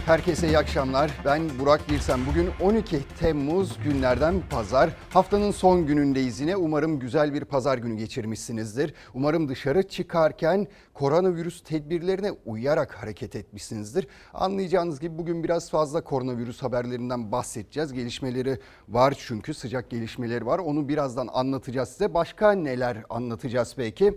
Herkese iyi akşamlar. Ben Burak Birsen. Bugün 12 Temmuz günlerden pazar. Haftanın son günündeyiz yine. Umarım güzel bir pazar günü geçirmişsinizdir. Umarım dışarı çıkarken koronavirüs tedbirlerine uyarak hareket etmişsinizdir. Anlayacağınız gibi bugün biraz fazla koronavirüs haberlerinden bahsedeceğiz. Gelişmeleri var çünkü sıcak gelişmeleri var. Onu birazdan anlatacağız size. Başka neler anlatacağız peki?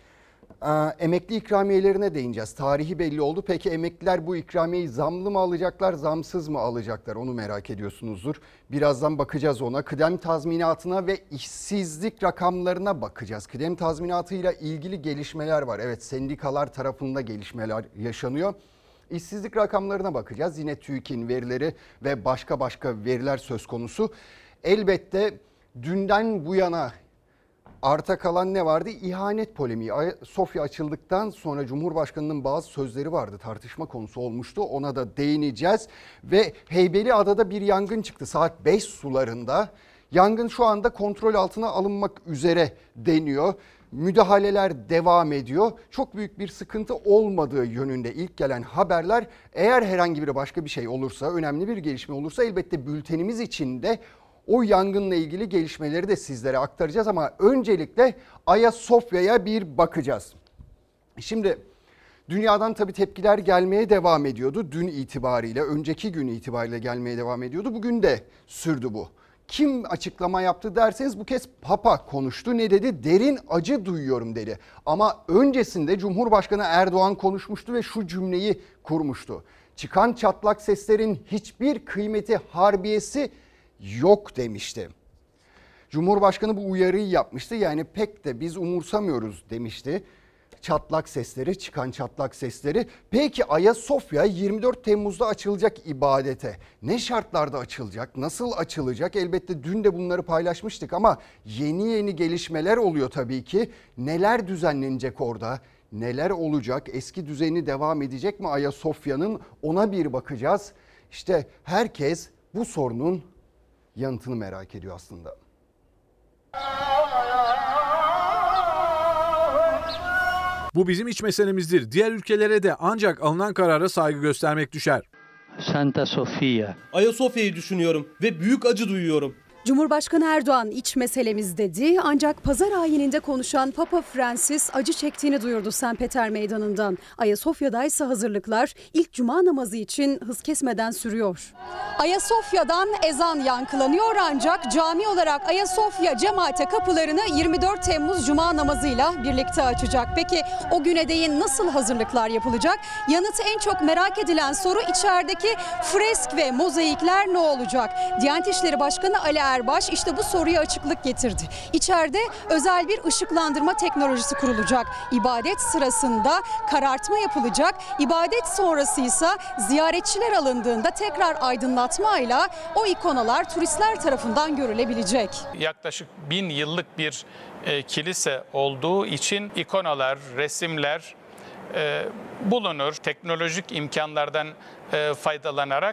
Emekli ikramiyelerine değineceğiz. Tarihi belli oldu. Peki emekliler bu ikramiyeyi zamlı mı alacaklar, zamsız mı alacaklar? Onu merak ediyorsunuzdur. Birazdan bakacağız ona. Kıdem tazminatına ve işsizlik rakamlarına bakacağız. Kıdem tazminatıyla ilgili gelişmeler var. Evet, sendikalar tarafında gelişmeler yaşanıyor. İşsizlik rakamlarına bakacağız. Yine TÜİK'in verileri ve başka veriler söz konusu. Elbette dünden bu yana arta kalan ne vardı? İhanet polemiği. Ayasofya açıldıktan sonra Cumhurbaşkanı'nın bazı sözleri vardı. Tartışma konusu olmuştu. Ona da değineceğiz. Ve Heybeliada'da bir yangın çıktı saat 5 sularında. Yangın şu anda kontrol altına alınmak üzere deniyor. Müdahaleler devam ediyor. Çok büyük bir sıkıntı olmadığı yönünde ilk gelen haberler. Eğer herhangi bir başka bir şey olursa, önemli bir gelişme olursa elbette bültenimiz içinde o yangınla ilgili gelişmeleri de sizlere aktaracağız ama öncelikle Ayasofya'ya bir bakacağız. Şimdi dünyadan tabii tepkiler gelmeye devam ediyordu. Dün itibariyle, önceki gün itibariyle gelmeye devam ediyordu. Bugün de sürdü bu. Kim açıklama yaptı derseniz bu kez Papa konuştu. Ne dedi? Derin acı duyuyorum dedi. Ama öncesinde Cumhurbaşkanı Erdoğan konuşmuştu ve şu cümleyi kurmuştu. Çıkan çatlak seslerin hiçbir kıymeti, harbiyesi yok demişti. Cumhurbaşkanı bu uyarıyı yapmıştı. Yani pek de biz umursamıyoruz demişti. Çatlak sesleri, çıkan çatlak sesleri. Peki Ayasofya 24 Temmuz'da açılacak ibadete. Ne şartlarda açılacak? Nasıl açılacak? Elbette dün de bunları paylaşmıştık ama yeni gelişmeler oluyor tabii ki. Neler düzenlenecek orada? Neler olacak? Eski düzeni devam edecek mi Ayasofya'nın? Ona bir bakacağız. İşte herkes bu sorunun yanıtını merak ediyor aslında. Bu bizim iç meselemizdir. Diğer ülkelere de ancak alınan karara saygı göstermek düşer. Santa Sofia. Ayasofya'yı düşünüyorum ve büyük acı duyuyorum. Cumhurbaşkanı Erdoğan iç meselemiz dedi ancak pazar ayininde konuşan Papa Francis acı çektiğini duyurdu St. Peter Meydanı'ndan. Ayasofya'da ise hazırlıklar ilk cuma namazı için hız kesmeden sürüyor. Ayasofya'dan ezan yankılanıyor ancak cami olarak Ayasofya cemaate kapılarını 24 Temmuz cuma namazıyla birlikte açacak. Peki o güne değin nasıl hazırlıklar yapılacak? Yanıtı en çok merak edilen soru içerideki fresk ve mozaikler ne olacak? Diyanet İşleri Başkanı Ali Erbaş işte bu soruya açıklık getirdi. İçeride özel bir ışıklandırma teknolojisi kurulacak. İbadet sırasında karartma yapılacak. İbadet sonrası ise ziyaretçiler alındığında tekrar aydınlatmayla o ikonalar turistler tarafından görülebilecek. Yaklaşık 1000 yıllık bir kilise olduğu için ikonalar, resimler bulunur. Teknolojik imkanlardan faydalanarak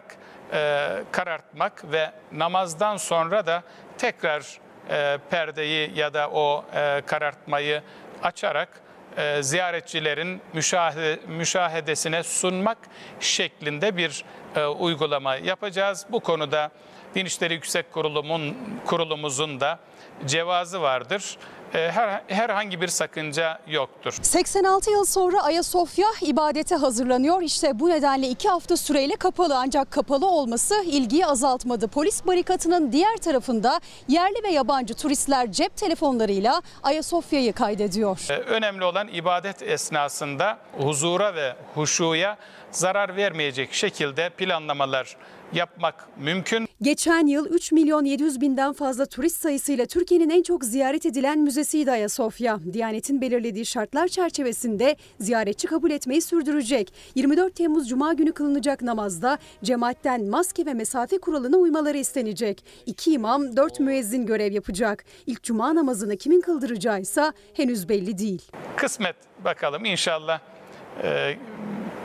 karartmak ve namazdan sonra da tekrar perdeyi ya da o karartmayı açarak ziyaretçilerin müşahedesine sunmak şeklinde bir uygulama yapacağız. Bu konuda Din İşleri Yüksek Kurulumuzun da cevazı vardır. Herhangi bir sakınca yoktur. 86 yıl sonra Ayasofya ibadete hazırlanıyor. İşte bu nedenle 2 hafta süreyle kapalı ancak kapalı olması ilgiyi azaltmadı. Polis barikatının diğer tarafında yerli ve yabancı turistler cep telefonlarıyla Ayasofya'yı kaydediyor. Önemli olan ibadet esnasında huzura ve huşuya zarar vermeyecek şekilde planlamalar yapmak mümkün. Geçen yıl 3.700.000'den fazla turist sayısıyla Türkiye'nin en çok ziyaret edilen müzesiydi Ayasofya. Diyanet'in belirlediği şartlar çerçevesinde ziyaretçi kabul etmeyi sürdürecek. 24 Temmuz Cuma günü kılınacak namazda cemaatten maske ve mesafe kuralına uymaları istenecek. 2 imam, 4 müezzin görev yapacak. İlk Cuma namazını kimin kıldıracağıysa henüz belli değil. Kısmet bakalım inşallah.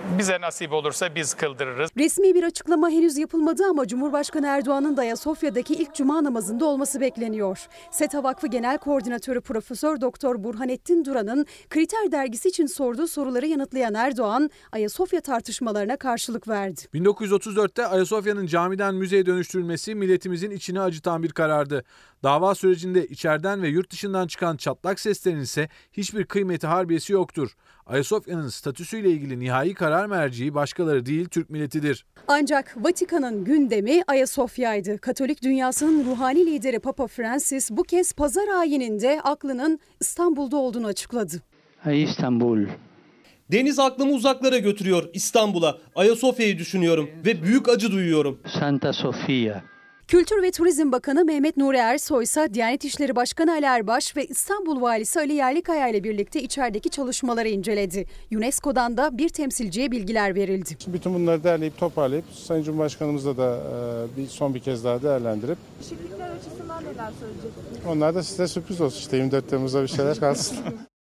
Bize nasip olursa biz kıldırırız. Resmi bir açıklama henüz yapılmadı ama Cumhurbaşkanı Erdoğan'ın da Ayasofya'daki ilk cuma namazında olması bekleniyor. SETA Vakfı Genel Koordinatörü Profesör Doktor Burhanettin Duran'ın Kriter dergisi için sorduğu soruları yanıtlayan Erdoğan, Ayasofya tartışmalarına karşılık verdi. 1934'te Ayasofya'nın camiden müzeye dönüştürülmesi milletimizin içini acıtan bir karardı. Dava sürecinde içeriden ve yurt dışından çıkan çatlak seslerin ise hiçbir kıymeti harbiyesi yoktur. Ayasofya'nın statüsüyle ilgili nihai karar merci başkaları değil, Türk milletidir. Ancak Vatikan'ın gündemi Ayasofya'ydı. Katolik dünyasının ruhani lideri Papa Francis bu kez pazar ayininde aklının İstanbul'da olduğunu açıkladı. İstanbul. Deniz aklımı uzaklara götürüyor, İstanbul'a. Ayasofya'yı düşünüyorum ve büyük acı duyuyorum. Santa Sofia. Kültür ve Turizm Bakanı Mehmet Nuri Ersoy ise Diyanet İşleri Başkanı Ali Erbaş ve İstanbul Valisi Ali Yerlikaya ile birlikte içerideki çalışmaları inceledi. UNESCO'dan da bir temsilciye bilgiler verildi. Bütün bunları derleyip toparlayıp Sayın Cumhurbaşkanımızla da son bir kez daha değerlendirip Değişiklikler açısından neler söyleyeceksiniz? onlar da size sürpriz olsun, işte 24 Temmuz'da bir şeyler kalsın.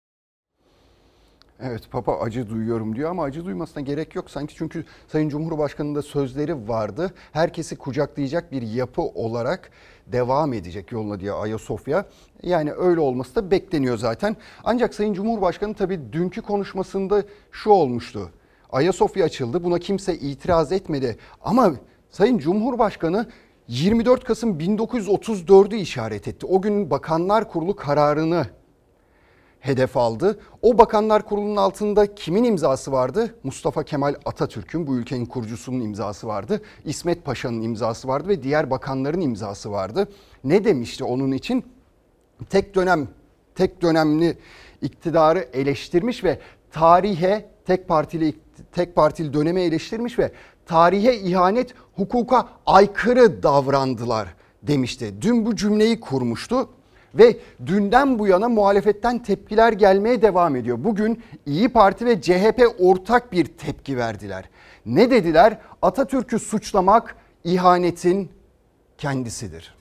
Evet, Papa acı duyuyorum diyor ama acı duymasına gerek yok sanki, çünkü Sayın Cumhurbaşkanı'nın da sözleri vardı. Herkesi kucaklayacak bir yapı olarak devam edecek yoluna diye Ayasofya. Yani öyle olması da bekleniyor zaten. Ancak Sayın Cumhurbaşkanı tabii dünkü konuşmasında şu olmuştu. Ayasofya açıldı, buna kimse itiraz etmedi ama Sayın Cumhurbaşkanı 24 Kasım 1934'ü işaret etti. O gün Bakanlar Kurulu kararını hedef aldı. O Bakanlar Kurulu'nun altında kimin imzası vardı? Mustafa Kemal Atatürk'ün, bu ülkenin kurucusunun imzası vardı. İsmet Paşa'nın imzası vardı ve diğer bakanların imzası vardı. Ne demişti onun için? Tek dönemli iktidarı eleştirmiş ve tarihe, tek partili dönemi eleştirmiş ve tarihe ihanet, hukuka aykırı davrandılar demişti. Dün bu cümleyi kurmuştu. Ve dünden bu yana muhalefetten tepkiler gelmeye devam ediyor. Bugün İYİ Parti ve CHP ortak bir tepki verdiler. Ne dediler? Atatürk'ü suçlamak ihanetin kendisidir.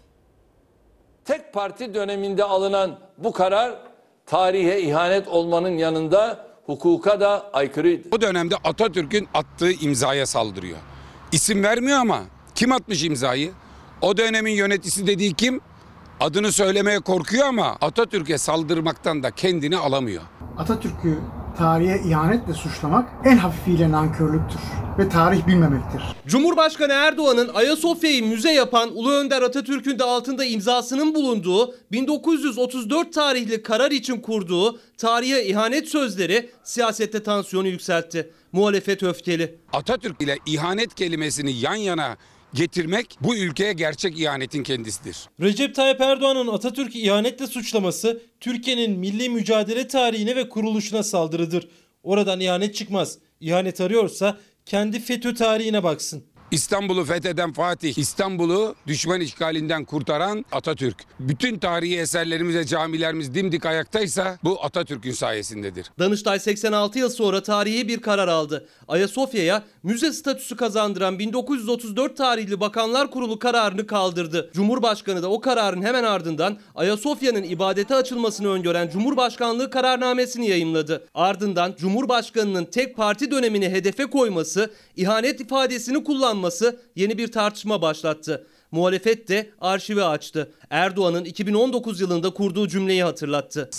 Tek parti döneminde alınan bu karar tarihe ihanet olmanın yanında hukuka da aykırıydı. O dönemde Atatürk'ün attığı imzaya saldırıyor. İsim vermiyor ama kim atmış imzayı? O dönemin yöneticisi dediği kim? Adını söylemeye korkuyor ama Atatürk'e saldırmaktan da kendini alamıyor. Atatürk'ü tarihe ihanetle suçlamak en hafifiyle nankörlüktür ve tarih bilmemektir. Cumhurbaşkanı Erdoğan'ın Ayasofya'yı müze yapan Ulu Önder Atatürk'ün de altında imzasının bulunduğu 1934 tarihli karar için kurduğu tarihe ihanet sözleri siyasette tansiyonu yükseltti. Muhalefet öfkeli. Atatürk ile ihanet kelimesini yan yana getirmek bu ülkeye gerçek ihanetin kendisidir. Recep Tayyip Erdoğan'ın Atatürk'ü ihanetle suçlaması Türkiye'nin milli mücadele tarihine ve kuruluşuna saldırıdır. Oradan ihanet çıkmaz. İhanet arıyorsa kendi FETÖ tarihine baksın. İstanbul'u fetheden Fatih, İstanbul'u düşman işgalinden kurtaran Atatürk. Bütün tarihi eserlerimiz ve camilerimiz dimdik ayaktaysa bu Atatürk'ün sayesindedir. Danıştay 86 yıl sonra tarihi bir karar aldı. Ayasofya'ya müze statüsü kazandıran 1934 tarihli Bakanlar Kurulu kararını kaldırdı. Cumhurbaşkanı da o kararın hemen ardından Ayasofya'nın ibadete açılmasını öngören Cumhurbaşkanlığı kararnamesini yayımladı. Ardından Cumhurbaşkanı'nın tek parti dönemini hedefe koyması, ihanet ifadesini kullanması yeni bir tartışma başlattı. Muhalefet de arşivi açtı. Erdoğan'ın 2019 yılında kurduğu cümleyi hatırlattı.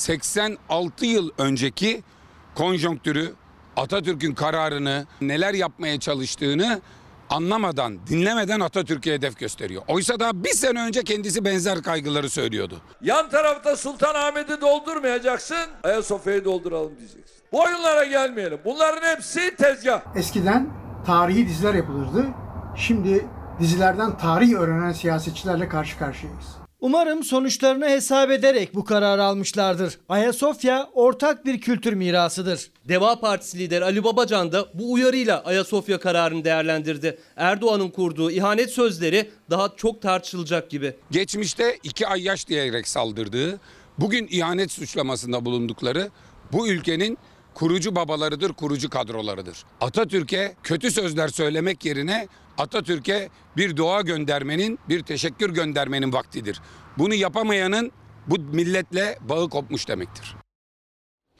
86 yıl önceki konjonktürü, Atatürk'ün kararını, neler yapmaya çalıştığını anlamadan, dinlemeden Atatürk'e hedef gösteriyor. Oysa daha bir sene önce kendisi benzer kaygıları söylüyordu. Yan tarafta Sultanahmet'i doldurmayacaksın, Ayasofya'yı dolduralım diyeceksin. Bu oyunlara gelmeyelim. Bunların hepsi tezgah. Eskiden tarihi diziler yapılırdı. Şimdi dizilerden tarih öğrenen siyasetçilerle karşı karşıyayız. Umarım sonuçlarını hesap ederek bu kararı almışlardır. Ayasofya ortak bir kültür mirasıdır. Deva Partisi lideri Ali Babacan da bu uyarıyla Ayasofya kararını değerlendirdi. Erdoğan'ın kurduğu ihanet sözleri daha çok tartışılacak gibi. Geçmişte 2 ay yaş diyerek saldırdığı, bugün ihanet suçlamasında bulundukları bu ülkenin kurucu babalarıdır, kurucu kadrolarıdır. Atatürk'e kötü sözler söylemek yerine Atatürk'e bir dua göndermenin, bir teşekkür göndermenin vaktidir. Bunu yapamayanın bu milletle bağı kopmuş demektir.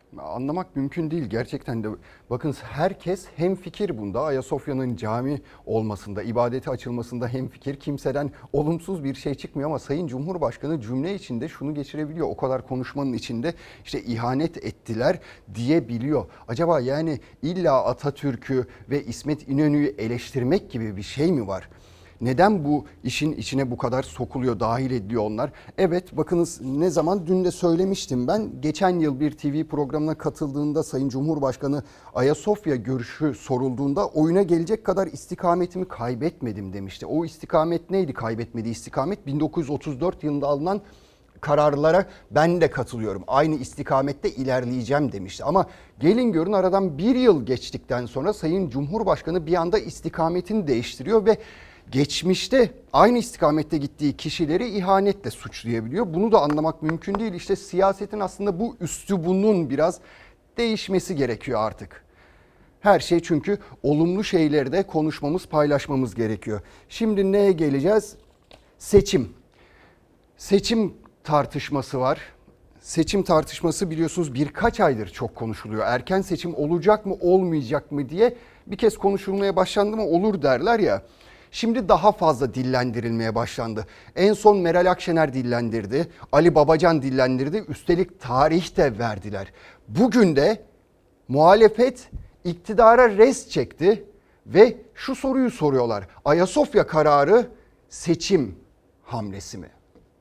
Anlamak mümkün değil gerçekten de. Bakın herkes hemfikir bunda. Ayasofya'nın cami olmasında, ibadete açılmasında hemfikir. Kimseden olumsuz bir şey çıkmıyor ama Sayın Cumhurbaşkanı cümle içinde şunu geçirebiliyor. O kadar konuşmanın içinde işte ihanet ettiler diyebiliyor. Acaba yani illa Atatürk'ü ve İsmet İnönü'yü eleştirmek gibi bir şey mi var? Neden bu işin içine bu kadar sokuluyor, dahil ediliyor onlar? Evet, bakınız ne zaman, dün de söylemiştim ben. Geçen yıl bir TV programına katıldığında Sayın Cumhurbaşkanı Ayasofya görüşü sorulduğunda oyuna gelecek kadar istikametimi kaybetmedim demişti. O istikamet neydi, kaybetmediği istikamet? 1934 yılında alınan kararlara ben de katılıyorum. Aynı istikamette ilerleyeceğim demişti. Ama gelin görün aradan bir yıl geçtikten sonra Sayın Cumhurbaşkanı bir anda istikametini değiştiriyor ve geçmişte aynı istikamette gittiği kişileri ihanetle suçlayabiliyor. Bunu da anlamak mümkün değil. İşte siyasetin aslında bu üslubunun biraz değişmesi gerekiyor artık. Her şey çünkü olumlu şeyleri de konuşmamız, paylaşmamız gerekiyor. Şimdi neye geleceğiz? Seçim. Seçim tartışması var. Seçim tartışması biliyorsunuz birkaç aydır çok konuşuluyor. Erken seçim olacak mı, olmayacak mı diye bir kez konuşulmaya başlandı mı olur derler ya. Şimdi daha fazla dillendirilmeye başlandı. En son Meral Akşener dillendirdi, Ali Babacan dillendirdi, üstelik tarih de verdiler. Bugün de muhalefet iktidara res çekti ve şu soruyu soruyorlar. Ayasofya kararı seçim hamlesi mi?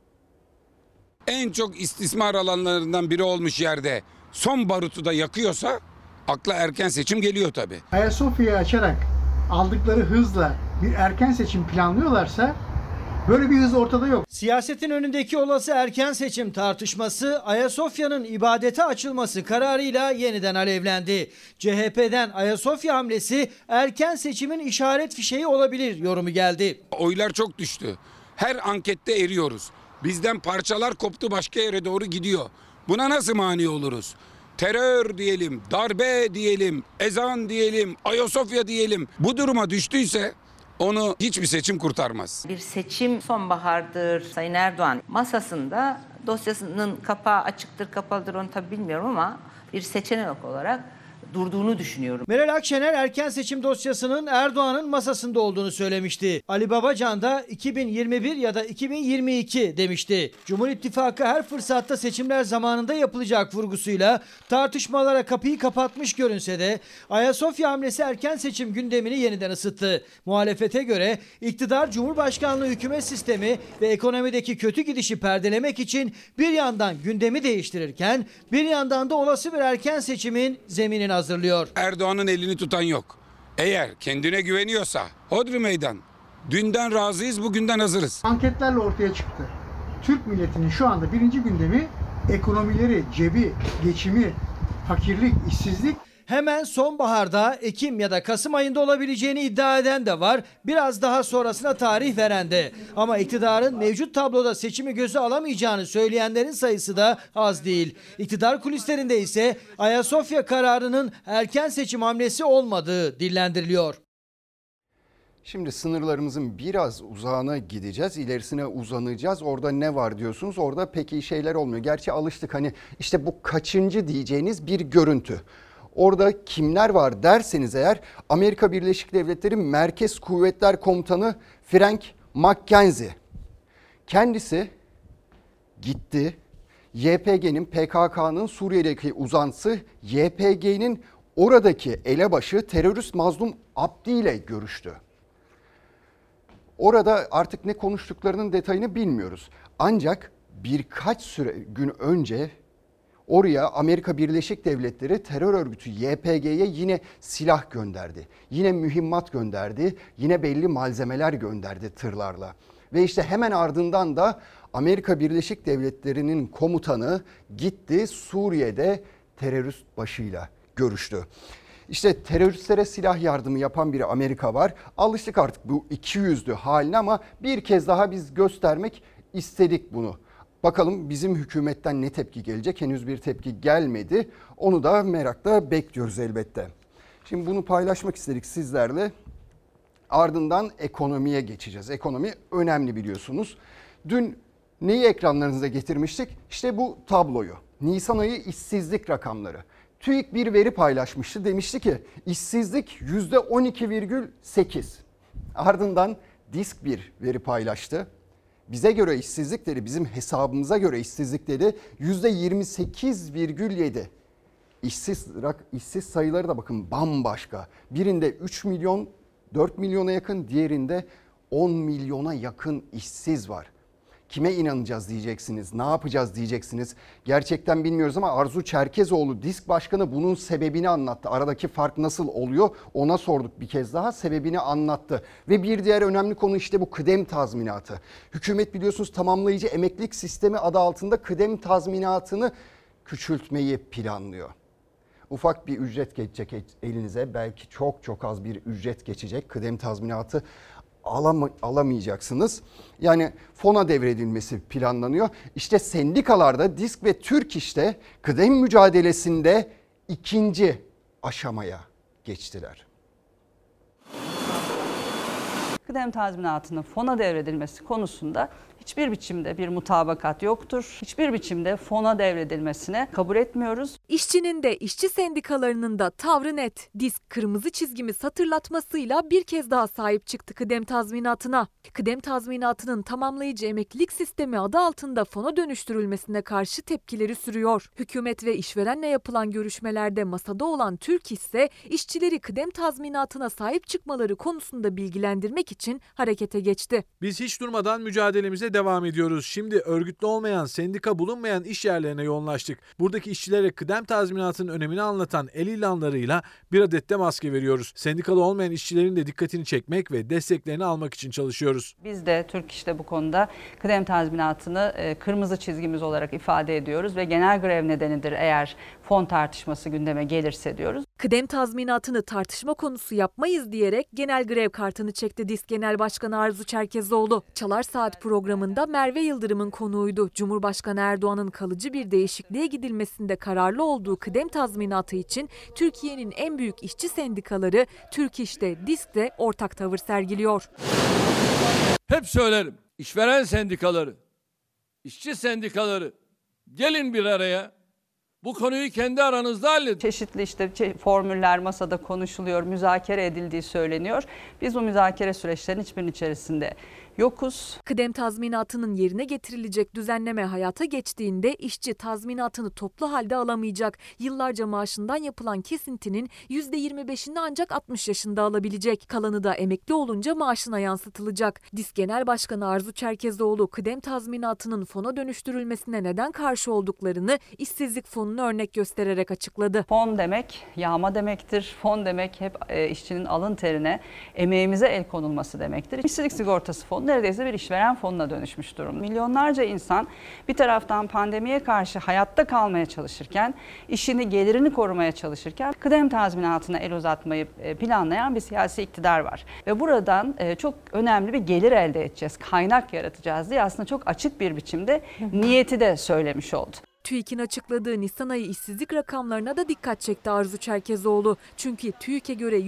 En çok istismar alanlarından biri olmuş yerde son barutu da yakıyorsa akla erken seçim geliyor tabii. Ayasofya'yı açarak aldıkları hızla bir erken seçim planlıyorlarsa böyle bir hız ortada yok. Siyasetin önündeki olası erken seçim tartışması Ayasofya'nın ibadete açılması kararıyla yeniden alevlendi. CHP'den Ayasofya hamlesi erken seçimin işaret fişeği olabilir yorumu geldi. Oylar çok düştü. Her ankette eriyoruz. Bizden parçalar koptu, başka yere doğru gidiyor. Buna nasıl mani oluruz? Terör diyelim, darbe diyelim, ezan diyelim, Ayasofya diyelim. Bu duruma düştüyse onu hiçbir seçim kurtarmaz. Bir seçim sonbahardır. Sayın Erdoğan masasında dosyasının kapağı açıktır, kapalıdır onu tabii bilmiyorum ama bir seçenek olarak durduğunu düşünüyorum. Meral Akşener erken seçim dosyasının Erdoğan'ın masasında olduğunu söylemişti. Ali Babacan da 2021 ya da 2022 demişti. Cumhur İttifakı her fırsatta seçimler zamanında yapılacak vurgusuyla tartışmalara kapıyı kapatmış görünse de Ayasofya hamlesi erken seçim gündemini yeniden ısıttı. Muhalefete göre iktidar Cumhurbaşkanlığı hükümet sistemi ve ekonomideki kötü gidişi perdelemek için bir yandan gündemi değiştirirken bir yandan da olası bir erken seçimin zeminini hazırlıyor. Erdoğan'ın elini tutan yok. Eğer kendine güveniyorsa hodri meydan. Dünden razıyız, bugünden hazırız. Anketlerle ortaya çıktı. Türk milletinin şu anda birinci gündemi ekonomileri, cebi, geçimi, fakirlik, işsizlik. Hemen sonbaharda Ekim ya da Kasım ayında olabileceğini iddia eden de var. Biraz daha sonrasına tarih veren de. Ama iktidarın mevcut tabloda seçimi göze alamayacağını söyleyenlerin sayısı da az değil. İktidar kulislerinde ise Ayasofya kararının erken seçim hamlesi olmadığı dillendiriliyor. Şimdi sınırlarımızın biraz uzağına gideceğiz, ilerisine uzanacağız. Orada ne var diyorsunuz? Orada pek iyi şeyler olmuyor. Gerçi alıştık, hani işte bu kaçıncı diyeceğiniz bir görüntü. Orada kimler var derseniz eğer, Amerika Birleşik Devletleri Merkez Kuvvetler Komutanı Frank McKenzie. Kendisi gitti. YPG'nin, PKK'nın Suriye'deki uzantısı YPG'nin oradaki elebaşı terörist Mazlum Abdi ile görüştü. Orada artık ne konuştuklarının detayını bilmiyoruz. Ancak birkaç gün önce oraya Amerika Birleşik Devletleri terör örgütü YPG'ye yine silah gönderdi. Yine mühimmat gönderdi. Yine belli malzemeler gönderdi tırlarla. Ve işte hemen ardından da Amerika Birleşik Devletleri'nin komutanı gitti Suriye'de terörist başıyla görüştü. İşte teröristlere silah yardımı yapan bir Amerika var. Alıştık artık bu ikiyüzlü haline ama bir kez daha biz göstermek istedik bunu. Bakalım bizim hükümetten ne tepki gelecek? Henüz bir tepki gelmedi. Onu da merakla bekliyoruz elbette. Şimdi bunu paylaşmak istedik sizlerle. Ardından ekonomiye geçeceğiz. Ekonomi önemli biliyorsunuz. Dün neyi ekranlarınıza getirmiştik? İşte bu tabloyu. Nisan ayı işsizlik rakamları. TÜİK bir veri paylaşmıştı. Demişti ki işsizlik %12,8. Ardından DİSK bir veri paylaştı. Bize göre işsizlik dedi, bizim hesabımıza göre işsizlik dedi %28,7. İşsiz sayıları da bakın bambaşka. Birinde 3 milyon 4 milyona yakın, diğerinde 10 milyona yakın işsiz var. Kime inanacağız diyeceksiniz, ne yapacağız diyeceksiniz. Gerçekten bilmiyoruz ama Arzu Çerkezoğlu DİSK Başkanı bunun sebebini anlattı. Aradaki fark nasıl oluyor ona sorduk bir kez daha, sebebini anlattı. Ve bir diğer önemli konu işte bu kıdem tazminatı. Hükümet biliyorsunuz tamamlayıcı emeklilik sistemi adı altında kıdem tazminatını küçültmeyi planlıyor. Ufak bir ücret geçecek elinize, belki çok az bir ücret geçecek, kıdem tazminatı alamayacaksınız. Yani fona devredilmesi planlanıyor. İşte sendikalarda DİSK ve Türk İş'te kıdem mücadelesinde ikinci aşamaya geçtiler. Kıdem tazminatının fona devredilmesi konusunda hiçbir biçimde bir mutabakat yoktur. Hiçbir biçimde fona devredilmesine kabul etmiyoruz. İşçinin de işçi sendikalarının da tavrı net. DİSK kırmızı çizgimiz hatırlatmasıyla bir kez daha sahip çıktı kıdem tazminatına. Kıdem tazminatının tamamlayıcı emeklilik sistemi adı altında fona dönüştürülmesine karşı tepkileri sürüyor. Hükümet ve işverenle yapılan görüşmelerde masada olan Türk ise işçileri kıdem tazminatına sahip çıkmaları konusunda bilgilendirmek için harekete geçti. Biz hiç durmadan mücadelemize devam ediyoruz. Şimdi örgütlü olmayan, sendika bulunmayan iş yerlerine yoğunlaştık. Buradaki işçilere kıdem tazminatının önemini anlatan el ilanlarıyla bir adet de maske veriyoruz. Sendikalı olmayan işçilerin de dikkatini çekmek ve desteklerini almak için çalışıyoruz. Biz de Türk İş'te bu konuda kıdem tazminatını kırmızı çizgimiz olarak ifade ediyoruz ve genel grev nedenidir eğer fon tartışması gündeme gelirse diyoruz. Kıdem tazminatını tartışma konusu yapmayız diyerek genel grev kartını çekti DİSK Genel Başkanı Arzu Çerkezoğlu. Çalar Saat programında Merve Yıldırım'ın konuğuydu. Cumhurbaşkanı Erdoğan'ın kalıcı bir değişikliğe gidilmesinde kararlı olduğu kıdem tazminatı için Türkiye'nin en büyük işçi sendikaları Türk İş'te, DİSK'te ortak tavır sergiliyor. Hep söylerim. İşveren sendikaları, işçi sendikaları gelin bir araya. Bu konuyu kendi aranızda halledin. Çeşitli formüller masada konuşuluyor, müzakere edildiği söyleniyor. Biz bu müzakere süreçlerinin hiçbirinin içerisinde yokuz. Kıdem tazminatının yerine getirilecek düzenleme hayata geçtiğinde işçi tazminatını toplu halde alamayacak. Yıllarca maaşından yapılan kesintinin %25'ini ancak 60 yaşında alabilecek. Kalanı da emekli olunca maaşına yansıtılacak. DİSK Genel Başkanı Arzu Çerkezoğlu kıdem tazminatının fona dönüştürülmesine neden karşı olduklarını işsizlik fonunu örnek göstererek açıkladı. Fon demek yağma demektir. Fon demek hep işçinin alın terine, emeğimize el konulması demektir. İşsizlik sigortası fonu neredeyse bir işveren fonuna dönüşmüş durumda. Milyonlarca insan bir taraftan pandemiye karşı hayatta kalmaya çalışırken, işini, gelirini korumaya çalışırken kıdem tazminatına el uzatmayı planlayan bir siyasi iktidar var. Ve buradan çok önemli bir gelir elde edeceğiz, kaynak yaratacağız diye aslında çok açık bir biçimde niyeti de söylemiş oldu. TÜİK'in açıkladığı Nisan ayı işsizlik rakamlarına da dikkat çekti Arzu Çerkezoğlu. Çünkü TÜİK'e göre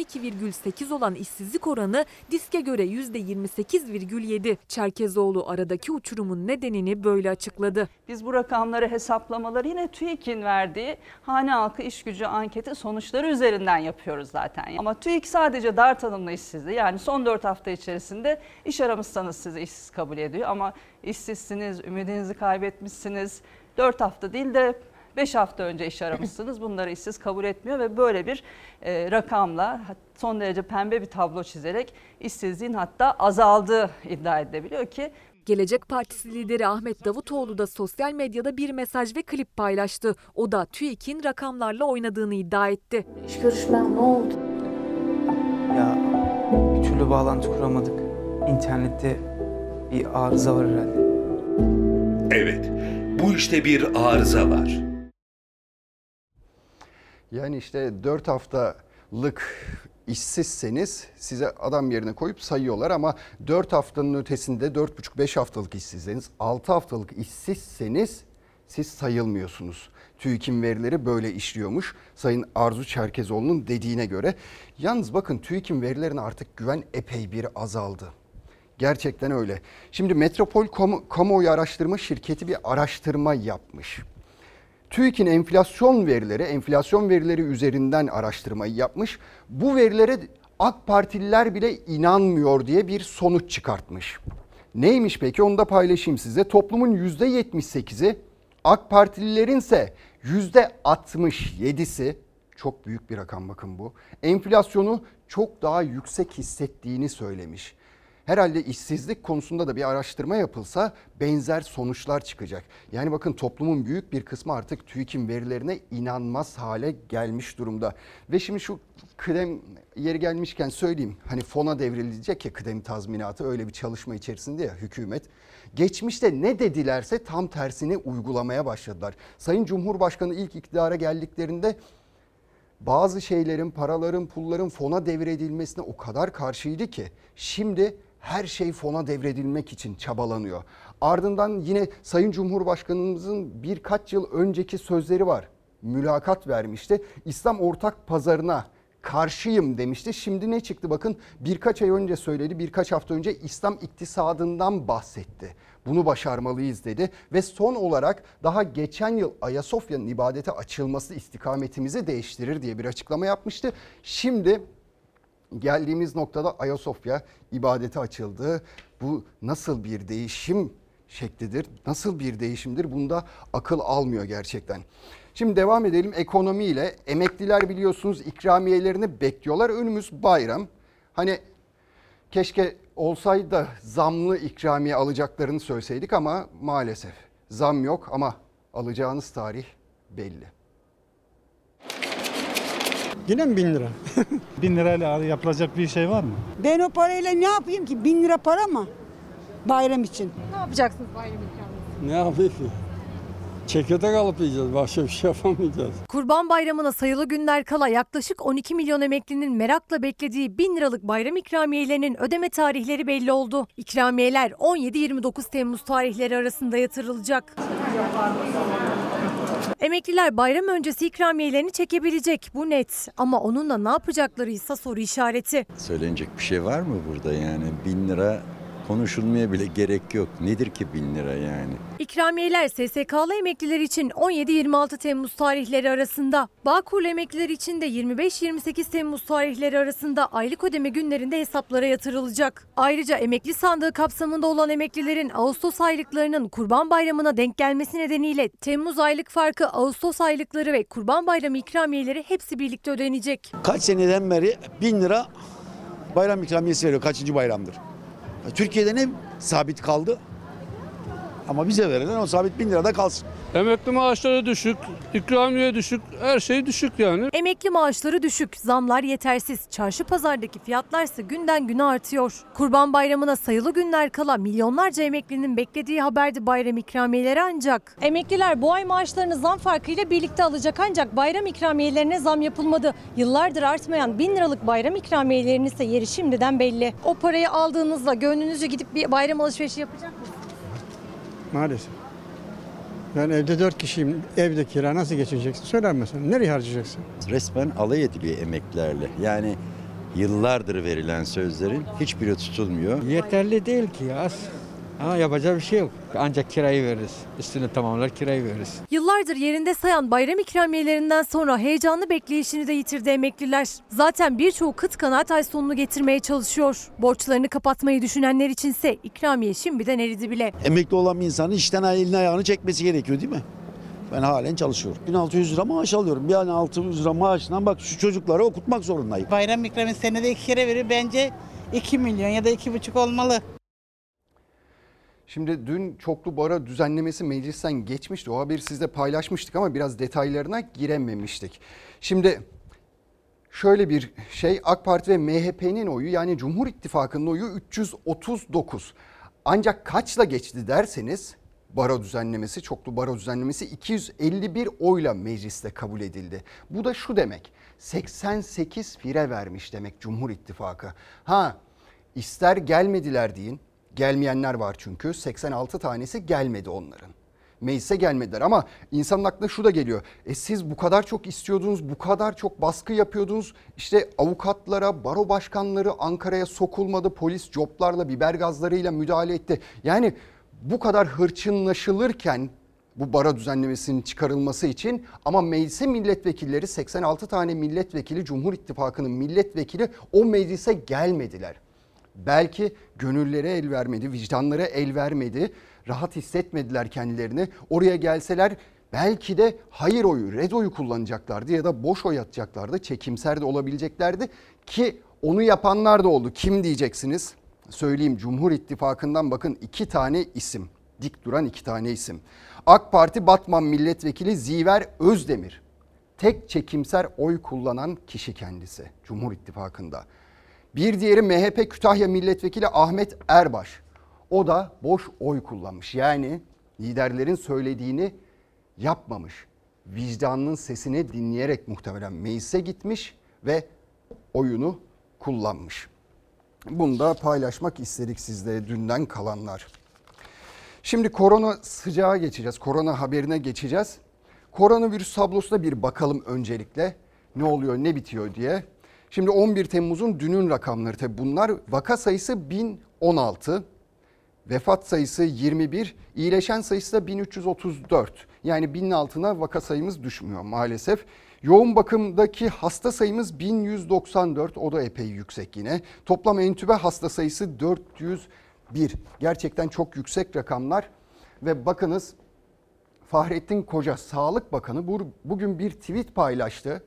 %12,8 olan işsizlik oranı DİSK'e göre %28,7. Çerkezoğlu aradaki uçurumun nedenini böyle açıkladı. Biz bu rakamları, hesaplamaları yine TÜİK'in verdiği hane halkı iş gücü anketi sonuçları üzerinden yapıyoruz zaten. Ama TÜİK sadece dar tanımlı işsizliği, yani son 4 hafta içerisinde iş aramışsanız sizi işsiz kabul ediyor. Ama işsizsiniz, ümidinizi kaybetmişsiniz, 4 hafta değil de 5 hafta önce iş aramışsınız, bunları işsiz kabul etmiyor ve böyle bir rakamla son derece pembe bir tablo çizerek işsizliğin hatta azaldığı iddia edilebiliyor ki. Gelecek Partisi lideri Ahmet Davutoğlu da sosyal medyada bir mesaj ve klip paylaştı. O da TÜİK'in rakamlarla oynadığını iddia etti. İş görüşmem ne oldu? Ya bir türlü bağlantı kuramadık. İnternette bir arıza var herhalde. Evet, bu işte bir arıza var. Yani işte 4 haftalık işsizseniz size adam yerine koyup sayıyorlar ama 4 haftanın ötesinde 4,5-5 haftalık işsizseniz, 6 haftalık işsizseniz siz sayılmıyorsunuz. TÜİK'in verileri böyle işliyormuş Sayın Arzu Çerkezoğlu'nun dediğine göre. Yalnız bakın TÜİK'in verilerine artık güven epey bir azaldı. Gerçekten öyle. Şimdi Metropol Kamuoyu Araştırma Şirketi bir araştırma yapmış. TÜİK'in enflasyon verileri üzerinden araştırmayı yapmış. Bu verilere AK Partililer bile inanmıyor diye bir sonuç çıkartmış. Neymiş peki, onu da paylaşayım size. Toplumun %78'i, AK Partililerin ise %67'si, çok büyük bir rakam bakın bu, enflasyonu çok daha yüksek hissettiğini söylemiş. Herhalde işsizlik konusunda da bir araştırma yapılsa benzer sonuçlar çıkacak. Yani bakın, toplumun büyük bir kısmı artık TÜİK'in verilerine inanmaz hale gelmiş durumda. Ve şimdi şu kıdem, yeri gelmişken söyleyeyim. Hani fona devrilecek ya kıdem tazminatı, öyle bir çalışma içerisinde ya hükümet. Geçmişte ne dedilerse tam tersini uygulamaya başladılar. Sayın Cumhurbaşkanı ilk iktidara geldiklerinde bazı şeylerin, paraların, pulların fona devredilmesine o kadar karşıydı ki şimdi her şey fona devredilmek için çabalanıyor. Ardından yine Sayın Cumhurbaşkanımızın birkaç yıl önceki sözleri var. Mülakat vermişti. İslam ortak pazarına karşıyım demişti. Şimdi ne çıktı bakın, birkaç ay önce söyledi, birkaç hafta önce İslam iktisadından bahsetti. Bunu başarmalıyız dedi ve son olarak daha geçen yıl Ayasofya'nın ibadete açılması istikametimizi değiştirir diye bir açıklama yapmıştı. Şimdi geldiğimiz noktada Ayasofya ibadete açıldı. Bu nasıl bir değişim şeklidir, nasıl bir değişimdir, bunda akıl almıyor gerçekten. Şimdi devam edelim ekonomiyle. Emekliler biliyorsunuz ikramiyelerini bekliyorlar. Önümüz bayram. Hani keşke olsaydı da zamlı ikramiye alacaklarını söyleseydik ama maalesef zam yok, ama alacağınız tarih belli. Yine mi 1000 lira? 1000 lirayla yapılacak bir şey var mı? Ben o parayla ne yapayım ki? 1000 lira para mı? Bayram için. Ne yapacaksınız bayram ikramı? Ne yapayım ki? Çekirdek alıp yiyeceğiz. Başka bir şey yapamayacağız. Kurban Bayramı'na sayılı günler kala yaklaşık 12 milyon emeklinin merakla beklediği 1000 liralık bayram ikramiyelerinin ödeme tarihleri belli oldu. İkramiyeler 17-29 Temmuz tarihleri arasında yatırılacak. Emekliler bayram öncesi ikramiyelerini çekebilecek, bu net. Ama onunla ne yapacakları ise soru işareti. Söylenecek bir şey var mı burada yani? 1000 lira konuşulmaya bile gerek yok. Nedir ki 1000 lira yani? İkramiyeler SSK'lı emekliler için 17-26 Temmuz tarihleri arasında, Bağkurlu emekliler için de 25-28 Temmuz tarihleri arasında aylık ödeme günlerinde hesaplara yatırılacak. Ayrıca emekli sandığı kapsamında olan emeklilerin Ağustos aylıklarının Kurban Bayramı'na denk gelmesi nedeniyle Temmuz aylık farkı, Ağustos aylıkları ve Kurban Bayramı ikramiyeleri hepsi birlikte ödenecek. Kaç seneden beri 1000 lira bayram ikramiyesi veriyor. Kaçıncı bayramdır? Türkiye'de ne sabit kaldı? Ama bize verilen o sabit 1000 lirada kalsın. Emekli maaşları düşük, ikramiye düşük, her şey düşük yani. Emekli maaşları düşük, zamlar yetersiz. Çarşı pazardaki fiyatlarsa günden güne artıyor. Kurban Bayramı'na sayılı günler kala milyonlarca emeklinin beklediği haberdi bayram ikramiyeleri ancak. Emekliler bu ay maaşlarını zam farkıyla birlikte alacak ancak bayram ikramiyelerine zam yapılmadı. Yıllardır artmayan 1000 liralık bayram ikramiyelerinin ise yeri şimdiden belli. O parayı aldığınızda gönlünüzce gidip bir bayram alışverişi yapacak mısınız? Maalesef. Ben evde 4 kişiyim. Evde kira nasıl geçeceksin? Söyler misin? Nereye harcayacaksın? Resmen alay ediliyor emeklilerle. Yani yıllardır verilen sözlerin hiçbiri tutulmuyor. Yeterli değil ki ya. Ama yapacak bir şey yok. Ancak kirayı veririz. Üstünü tamamlar kirayı veririz. Yıllardır yerinde sayan bayram ikramiyelerinden sonra heyecanlı bekleyişini de yitirdi emekliler. Zaten birçoğu kıt kanaat ay sonunu getirmeye çalışıyor. Borçlarını kapatmayı düşünenler içinse ikramiye şimdiden eridi bile. Emekli olan bir insanın işten elini ayağını çekmesi gerekiyor değil mi? Ben halen çalışıyorum. 1600 lira maaş alıyorum. Yani 600 lira maaşından bak şu çocukları okutmak zorundayım. Bayram ikramiyesi senede 2 kere verir. Bence 2 milyon ya da 2,5 olmalı. Şimdi dün çoklu bara düzenlemesi meclisten geçmişti. O haberi sizle paylaşmıştık ama biraz detaylarına girememiştik. Şimdi şöyle bir şey, AK Parti ve MHP'nin oyu, yani Cumhur İttifakı'nın oyu 339. Ancak kaçla geçti derseniz baro düzenlemesi, çoklu baro düzenlemesi 251 oyla mecliste kabul edildi. Bu da şu demek, 88 fire vermiş demek Cumhur İttifakı. İster gelmediler deyin. Gelmeyenler var çünkü, 86 tanesi gelmedi onların. Meclise gelmediler ama insanın aklına şu da geliyor. Siz bu kadar çok istiyordunuz, bu kadar çok baskı yapıyordunuz. İşte avukatlara, baro başkanları Ankara'ya sokulmadı. Polis coplarla, biber gazlarıyla müdahale etti. Yani bu kadar hırçınlaşılırken bu bara düzenlemesinin çıkarılması için, ama meclise milletvekilleri 86 tane milletvekili, Cumhur İttifakı'nın milletvekili o meclise gelmediler. Belki gönülleri el vermedi, vicdanları el vermedi, rahat hissetmediler kendilerini. Oraya gelseler belki de hayır oyu, red oyu kullanacaklardı ya da boş oy atacaklardı, çekimser de olabileceklerdi ki onu yapanlar da oldu. Kim diyeceksiniz? Söyleyeyim, Cumhur İttifakı'ndan bakın 2 tane isim, dik duran 2 tane isim. AK Parti Batman Milletvekili Ziver Özdemir, tek çekimser oy kullanan kişi kendisi Cumhur İttifakı'nda. Bir diğeri MHP Kütahya Milletvekili Ahmet Erbaş, o da boş oy kullanmış. Yani liderlerin söylediğini yapmamış. Vicdanının sesini dinleyerek muhtemelen meclise gitmiş ve oyunu kullanmış. Bunu da paylaşmak istedik sizle, dünden kalanlar. Şimdi korona sıcağı geçeceğiz. Korona haberine geçeceğiz. Koronavirüs tablosuna bir bakalım öncelikle. Ne oluyor, ne bitiyor diye. Şimdi 11 Temmuz'un dünün rakamları tabii bunlar. Vaka sayısı 1016. Vefat sayısı 21, iyileşen sayısı da 1334. Yani 1000'in altına vaka sayımız düşmüyor maalesef. Yoğun bakımdaki hasta sayımız 1194, o da epey yüksek yine. Toplam entübe hasta sayısı 401. Gerçekten çok yüksek rakamlar. Ve bakınız, Fahrettin Koca Sağlık Bakanı bugün bir tweet paylaştı.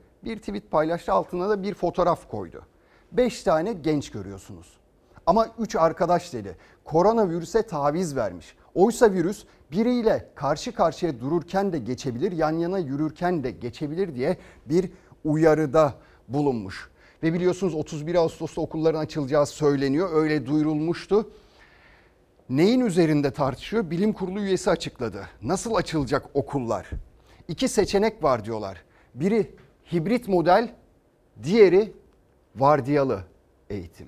Altına da bir fotoğraf koydu. 5 tane genç görüyorsunuz. Ama 3 arkadaş dedi. Koronavirüse taviz vermiş. Oysa virüs biriyle karşı karşıya dururken de geçebilir, yan yana yürürken de geçebilir diye bir uyarıda bulunmuş. Ve biliyorsunuz 31 Ağustos'ta okulların açılacağı söyleniyor. Öyle duyurulmuştu. Neyin üzerinde tartışıyor? Bilim Kurulu üyesi açıkladı. Nasıl açılacak okullar? 2 seçenek var diyorlar. Biri hibrit model, diğeri vardiyalı eğitim.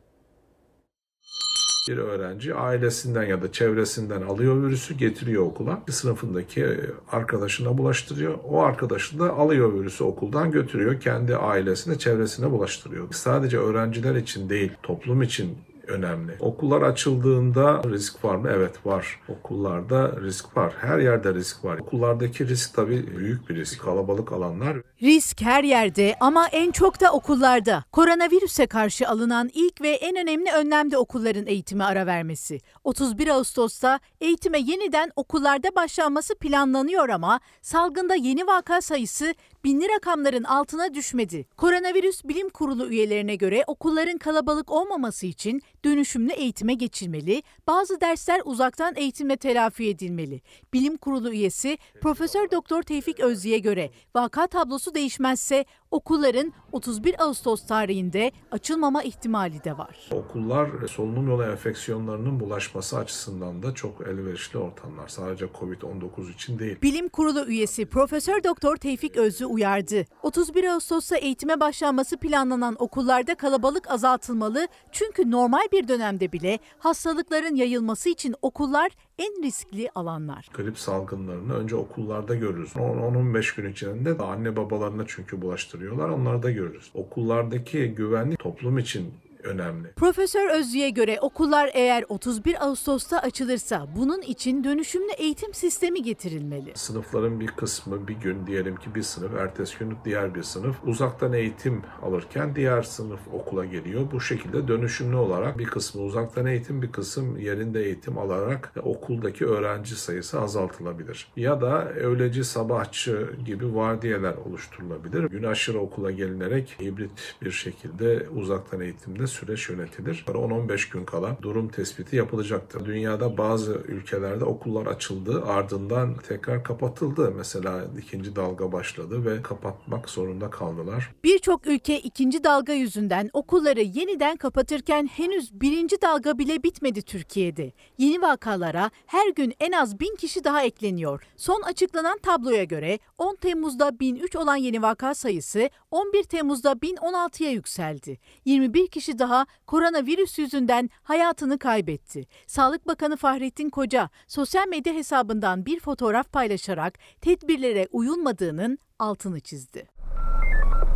Bir öğrenci ailesinden ya da çevresinden alıyor virüsü, getiriyor okula. Sınıfındaki arkadaşına bulaştırıyor. O arkadaşı da alıyor virüsü okuldan götürüyor. Kendi ailesine, çevresine bulaştırıyor. Sadece öğrenciler için değil, toplum için önemli. Okullar açıldığında risk var mı? Evet var. Okullarda risk var. Her yerde risk var. Okullardaki risk tabii büyük bir risk. Kalabalık alanlar. Risk her yerde ama en çok da okullarda. Koronavirüse karşı alınan ilk ve en önemli önlem de okulların eğitime ara vermesi. 31 Ağustos'ta eğitime yeniden okullarda başlanması planlanıyor ama salgında yeni vaka sayısı 1000'li rakamların altına düşmedi. Koronavirüs Bilim Kurulu üyelerine göre okulların kalabalık olmaması için dönüşümlü eğitime geçilmeli, bazı dersler uzaktan eğitimle telafi edilmeli. Bilim Kurulu üyesi Profesör Doktor Tevfik Özyi'ye göre vaka tablosu değişmezse okulların 31 Ağustos tarihinde açılmama ihtimali de var. Okullar solunum yolu enfeksiyonlarının bulaşması açısından da çok elverişli ortamlar. Sadece Covid-19 için değil. Bilim Kurulu üyesi Profesör Doktor Tevfik Özyi uyardı. 31 Ağustos'ta eğitime başlanması planlanan okullarda kalabalık azaltılmalı çünkü normal bir dönemde bile hastalıkların yayılması için okullar en riskli alanlar. Grip salgınlarını önce okullarda görürüz. 10-15 gün içinde de anne babalarına çünkü bulaştırıyorlar. Onları da görürüz. Okullardaki güvenlik toplum için önemli. Profesör Özyi'ye göre okullar eğer 31 Ağustos'ta açılırsa bunun için dönüşümlü eğitim sistemi getirilmeli. Sınıfların bir kısmı bir gün, diyelim ki bir sınıf, ertesi gün diğer bir sınıf uzaktan eğitim alırken diğer sınıf okula geliyor. Bu şekilde dönüşümlü olarak bir kısmı uzaktan eğitim, bir kısım yerinde eğitim alarak okuldaki öğrenci sayısı azaltılabilir. Ya da öğleci, sabahçı gibi vardiyeler oluşturulabilir. Gün aşırı okula gelinerek hibrit bir şekilde uzaktan eğitimde süreç yönetilir. 10-15 gün kala durum tespiti yapılacaktır. Dünyada bazı ülkelerde okullar açıldı, ardından tekrar kapatıldı. Mesela ikinci dalga başladı ve kapatmak zorunda kaldılar. Birçok ülke ikinci dalga yüzünden okulları yeniden kapatırken henüz birinci dalga bile bitmedi Türkiye'de. Yeni vakalara her gün en az 1000 kişi daha ekleniyor. Son açıklanan tabloya göre 10 Temmuz'da 1003 olan yeni vaka sayısı 11 Temmuz'da 1016'ya yükseldi. 21 kişi daha koronavirüs yüzünden hayatını kaybetti. Sağlık Bakanı Fahrettin Koca sosyal medya hesabından bir fotoğraf paylaşarak tedbirlere uyulmadığının altını çizdi.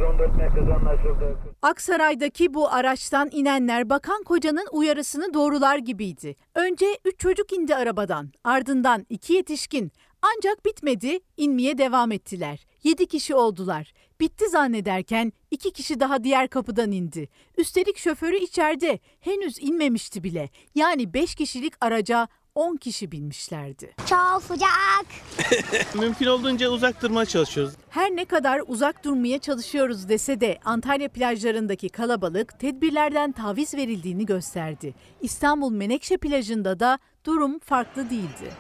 14 merkezi anlaşıldı. Aksaray'daki bu araçtan inenler bakan kocanın uyarısını doğrular gibiydi. Önce 3 çocuk indi arabadan, ardından 2 yetişkin. Ancak bitmedi, inmeye devam ettiler. 7 kişi oldular. Bitti zannederken 2 kişi daha diğer kapıdan indi. Üstelik şoförü içeride, henüz inmemişti bile. Yani 5 kişilik araca 10 kişi binmişlerdi. Çok sıcak. Mümkün olduğunca uzak durmaya çalışıyoruz. Her ne kadar uzak durmaya çalışıyoruz dese de Antalya plajlarındaki kalabalık tedbirlerden taviz verildiğini gösterdi. İstanbul Menekşe plajında da durum farklı değildi.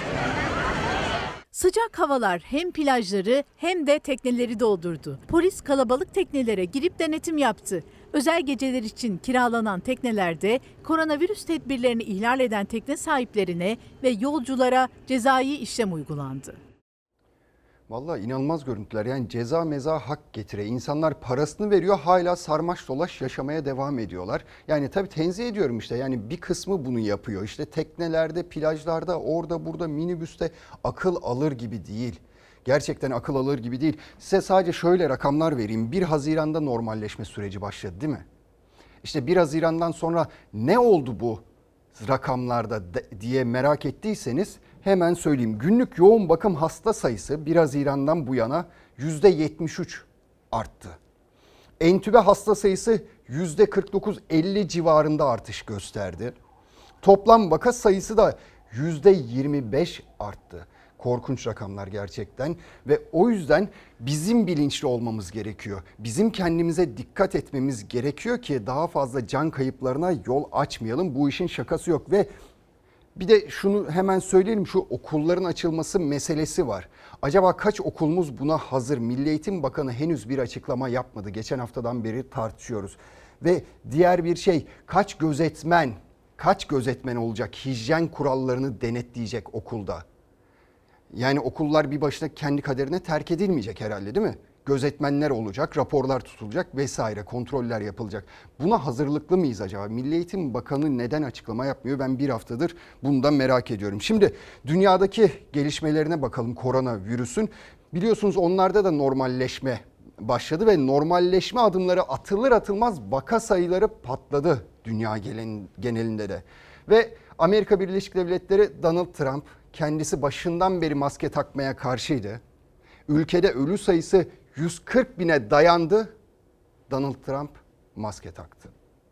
Sıcak havalar hem plajları hem de tekneleri doldurdu. Polis kalabalık teknelere girip denetim yaptı. Özel geceler için kiralanan teknelerde koronavirüs tedbirlerini ihlal eden tekne sahiplerine ve yolculara cezai işlem uygulandı. Vallahi inanılmaz görüntüler. Yani ceza meza hak getire. İnsanlar parasını veriyor, hala sarmaş dolaş yaşamaya devam ediyorlar. Yani tabii tenzih ediyorum işte. Yani bir kısmı bunu yapıyor. İşte teknelerde, plajlarda, orada burada, minibüste akıl alır gibi değil. Gerçekten akıl alır gibi değil. Size sadece şöyle rakamlar vereyim. 1 Haziran'da normalleşme süreci başladı değil mi? İşte 1 Haziran'dan sonra ne oldu bu rakamlarda diye merak ettiyseniz hemen söyleyeyim. Günlük yoğun bakım hasta sayısı 1 Haziran'dan bu yana %73 arttı. Entübe hasta sayısı %49-50 civarında artış gösterdi. Toplam vaka sayısı da %25 arttı. Korkunç rakamlar gerçekten ve o yüzden bizim bilinçli olmamız gerekiyor. Bizim kendimize dikkat etmemiz gerekiyor ki daha fazla can kayıplarına yol açmayalım. Bu işin şakası yok ve bir de şunu hemen söyleyelim, şu okulların açılması meselesi var. Acaba kaç okulumuz buna hazır? Milli Eğitim Bakanı henüz bir açıklama yapmadı. Geçen haftadan beri tartışıyoruz. Ve diğer bir şey, kaç gözetmen olacak, hijyen kurallarını denetleyecek okulda? Yani okullar bir başına kendi kaderine terk edilmeyecek herhalde değil mi? Gözetmenler olacak, raporlar tutulacak vesaire, kontroller yapılacak. Buna hazırlıklı mıyız acaba? Milli Eğitim Bakanı neden açıklama yapmıyor? Ben bir haftadır bunu da merak ediyorum. Şimdi dünyadaki gelişmelerine bakalım koronavirüsün. Biliyorsunuz onlarda da normalleşme başladı ve normalleşme adımları atılır atılmaz vaka sayıları patladı dünya genelinde de. Ve Amerika Birleşik Devletleri, Donald Trump kendisi başından beri maske takmaya karşıydı. Ülkede ölü sayısı 140 bine dayandı. Donald Trump maske taktı.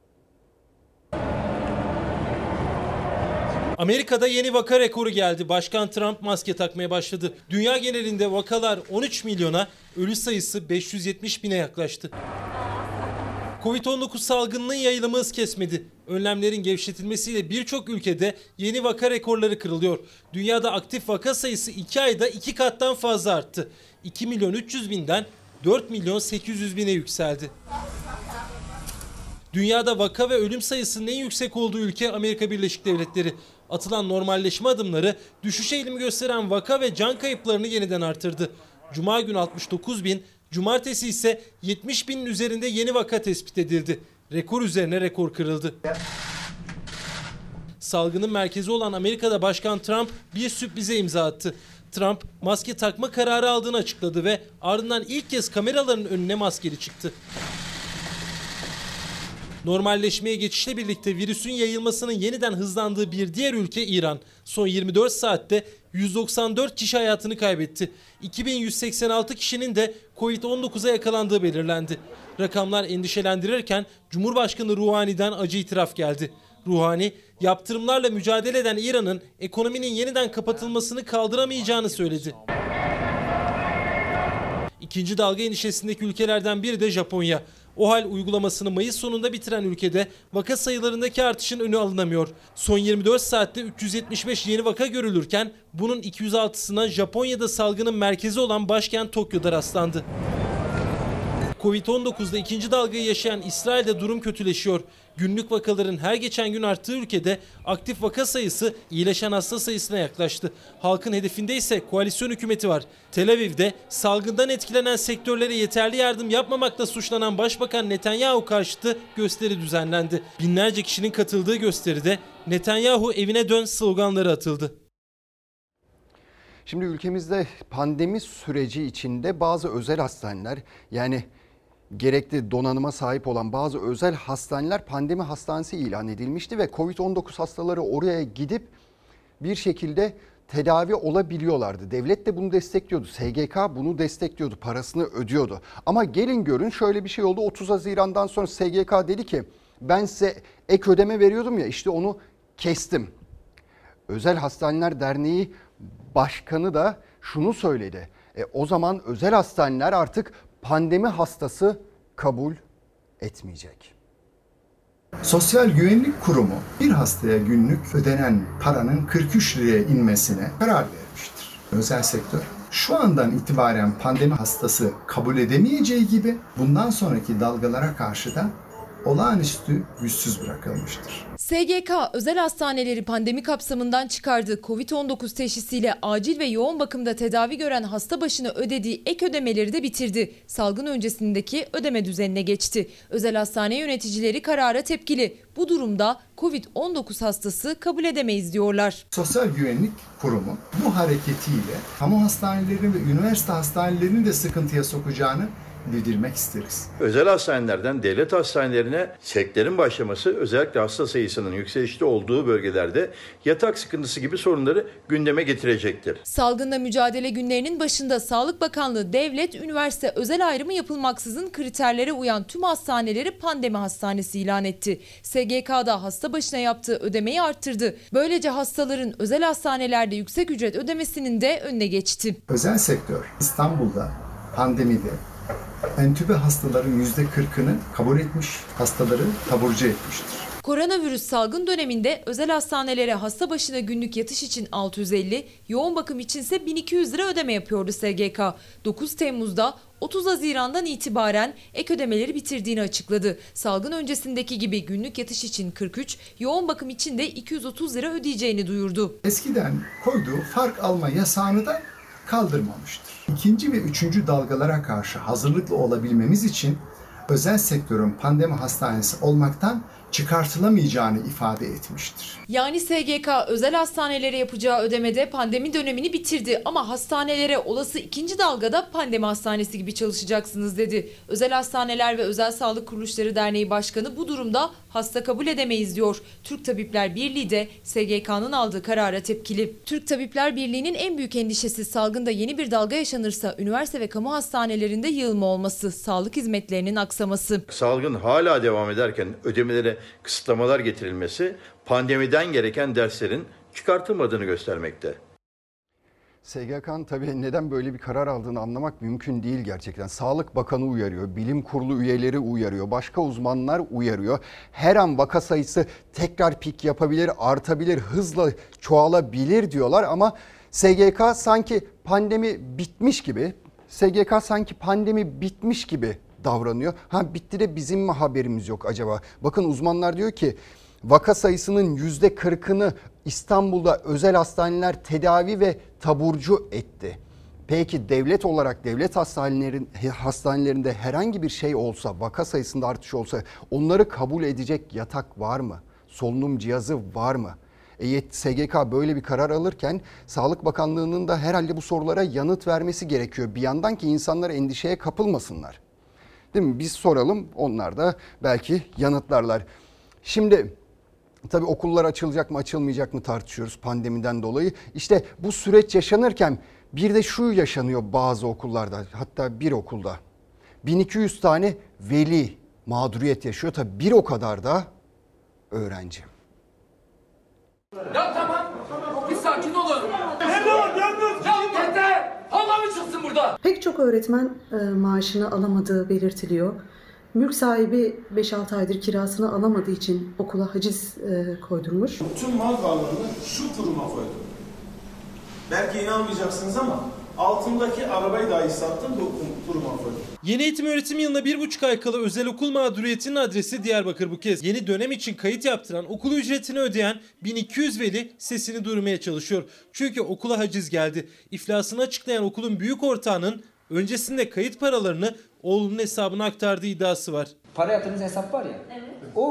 Amerika'da yeni vaka rekoru geldi. Başkan Trump maske takmaya başladı. Dünya genelinde vakalar 13 milyona, ölü sayısı 570 bine yaklaştı. Covid-19 salgınının yayılımı hız kesmedi. Önlemlerin gevşetilmesiyle birçok ülkede yeni vaka rekorları kırılıyor. Dünyada aktif vaka sayısı 2 ayda 2 kattan fazla arttı. 2 milyon 300 binden 4 milyon 800 bine yükseldi. Dünyada vaka ve ölüm sayısının en yüksek olduğu ülke Amerika Birleşik Devletleri. Atılan normalleşme adımları düşüş eğilimi gösteren vaka ve can kayıplarını yeniden artırdı. Cuma günü 69 bin, cumartesi ise 70 binin üzerinde yeni vaka tespit edildi. Rekor üzerine rekor kırıldı. Salgının merkezi olan Amerika'da Başkan Trump bir sürprize imza attı. Trump maske takma kararı aldığını açıkladı ve ardından ilk kez kameraların önüne maskeli çıktı. Normalleşmeye geçişle birlikte virüsün yayılmasının yeniden hızlandığı bir diğer ülke İran. Son 24 saatte 194 kişi hayatını kaybetti. 2186 kişinin de Covid-19'a yakalandığı belirlendi. Rakamlar endişelendirirken Cumhurbaşkanı Ruhani'den acı itiraf geldi. Ruhani, yaptırımlarla mücadele eden İran'ın ekonominin yeniden kapatılmasını kaldıramayacağını söyledi. İkinci dalga endişesindeki ülkelerden biri de Japonya. OHAL uygulamasını Mayıs sonunda bitiren ülkede vaka sayılarındaki artışın önü alınamıyor. Son 24 saatte 375 yeni vaka görülürken bunun 206'sına Japonya'da salgının merkezi olan başkent Tokyo'da rastlandı. Covid-19'da ikinci dalgayı yaşayan İsrail'de durum kötüleşiyor. Günlük vakaların her geçen gün arttığı ülkede aktif vaka sayısı iyileşen hasta sayısına yaklaştı. Halkın hedefinde ise koalisyon hükümeti var. Tel Aviv'de salgından etkilenen sektörlere yeterli yardım yapmamakla suçlanan Başbakan Netanyahu karşıtı gösteri düzenlendi. Binlerce kişinin katıldığı gösteride Netanyahu evine dön sloganları atıldı. Şimdi ülkemizde pandemi süreci içinde bazı özel hastaneler, yani gerekli donanıma sahip olan bazı özel hastaneler pandemi hastanesi ilan edilmişti ve Covid-19 hastaları oraya gidip bir şekilde tedavi olabiliyorlardı. Devlet de bunu destekliyordu. SGK bunu destekliyordu. Parasını ödüyordu. Ama gelin görün şöyle bir şey oldu. 30 Haziran'dan sonra SGK dedi ki ben size ek ödeme veriyordum ya, işte onu kestim. Özel Hastaneler Derneği Başkanı da şunu söyledi. O zaman özel hastaneler artık pandemi hastası kabul etmeyecek. Sosyal Güvenlik Kurumu bir hastaya günlük ödenen paranın 43 liraya inmesine karar vermiştir. Özel sektör şu andan itibaren pandemi hastası kabul edemeyeceği gibi bundan sonraki dalgalara karşı da olağanüstü güçsüz bırakılmıştır. SGK özel hastaneleri pandemi kapsamından çıkardığı Covid-19 teşhisiyle acil ve yoğun bakımda tedavi gören hasta başına ödediği ek ödemeleri de bitirdi. Salgın öncesindeki ödeme düzenine geçti. Özel hastane yöneticileri karara tepkili. Bu durumda Covid-19 hastası kabul edemeyiz diyorlar. Sosyal Güvenlik Kurumu bu hareketiyle kamu hastanelerinin ve üniversite hastanelerini de sıkıntıya sokacağını bildirmek isteriz. Özel hastanelerden devlet hastanelerine sevklerin başlaması özellikle hasta sayısının yükselişte olduğu bölgelerde yatak sıkıntısı gibi sorunları gündeme getirecektir. Salgınla mücadele günlerinin başında Sağlık Bakanlığı, devlet, üniversite özel ayrımı yapılmaksızın kriterlere uyan tüm hastaneleri pandemi hastanesi ilan etti. SGK'da hasta başına yaptığı ödemeyi arttırdı. Böylece hastaların özel hastanelerde yüksek ücret ödemesinin de önüne geçti. Özel sektör İstanbul'da pandemide entübe hastaların %40'ını kabul etmiş, hastaları taburcu etmiştir. Koronavirüs salgın döneminde özel hastanelere hasta başına günlük yatış için 650, yoğun bakım içinse 1200 lira ödeme yapıyordu SGK. 9 Temmuz'da 30 Haziran'dan itibaren ek ödemeleri bitirdiğini açıkladı. Salgın öncesindeki gibi günlük yatış için 43, yoğun bakım için de 230 lira ödeyeceğini duyurdu. Eskiden koyduğu fark alma yasağını da kaldırmamıştır. İkinci ve üçüncü dalgalara karşı hazırlıklı olabilmemiz için özel sektörün pandemi hastanesi olmaktan çıkartılamayacağını ifade etmiştir. Yani SGK özel hastanelere yapacağı ödemede pandemi dönemini bitirdi ama hastanelere olası ikinci dalgada pandemi hastanesi gibi çalışacaksınız dedi. Özel Hastaneler ve Özel Sağlık Kuruluşları Derneği Başkanı bu durumda hasta kabul edemeyiz diyor. Türk Tabipler Birliği de SGK'nın aldığı karara tepkili. Türk Tabipler Birliği'nin en büyük endişesi salgında yeni bir dalga yaşanırsa üniversite ve kamu hastanelerinde yığılma olması, sağlık hizmetlerinin aksaması. Salgın hala devam ederken ödemelere kısıtlamalar getirilmesi pandemiden gereken derslerin çıkartılmadığını göstermekte. SGK'nın tabii neden böyle bir karar aldığını anlamak mümkün değil gerçekten. Sağlık Bakanı uyarıyor, bilim kurulu üyeleri uyarıyor, başka uzmanlar uyarıyor. Her an vaka sayısı tekrar pik yapabilir, artabilir, hızla çoğalabilir diyorlar ama SGK sanki pandemi bitmiş gibi, davranıyor. Bitti de bizim mi haberimiz yok acaba? Bakın uzmanlar diyor ki vaka sayısının %40'ını İstanbul'da özel hastaneler tedavi ve taburcu etti. Peki devlet olarak devlet hastanelerinde herhangi bir şey olsa, vaka sayısında artış olsa onları kabul edecek yatak var mı? Solunum cihazı var mı? SGK böyle bir karar alırken Sağlık Bakanlığı'nın da herhalde bu sorulara yanıt vermesi gerekiyor. Bir yandan ki insanlar endişeye kapılmasınlar. Değil mi? Biz soralım, onlar da belki yanıtlarlar. Şimdi tabii okullar açılacak mı açılmayacak mı tartışıyoruz pandemiden dolayı. İşte bu süreç yaşanırken bir de şu yaşanıyor bazı okullarda, hatta bir okulda 1200 tane veli mağduriyet yaşıyor. Tabii bir o kadar da öğrenci. Ya tamam, bir sakin olun. Ya yeter, hava mı çıksın burada? Pek çok öğretmen maaşını alamadığı belirtiliyor. Mülk sahibi 5-6 aydır kirasını alamadığı için okula haciz koydurmuş. Tüm mal varlığını şu kuruma koydum. Belki inanmayacaksınız ama altındaki arabayı dahi sattım bu kuruma koydum. Yeni eğitim öğretim yılına 1,5 ay kala özel okul mağduriyetinin adresi Diyarbakır bu kez. Yeni dönem için kayıt yaptıran, okul ücretini ödeyen 1200 veli sesini duyurmaya çalışıyor. Çünkü okula haciz geldi. İflasını açıklayan okulun büyük ortağının öncesinde kayıt paralarını oğlunun hesabına aktardığı iddiası var. Para yatırımınız hesap var ya. Evet. O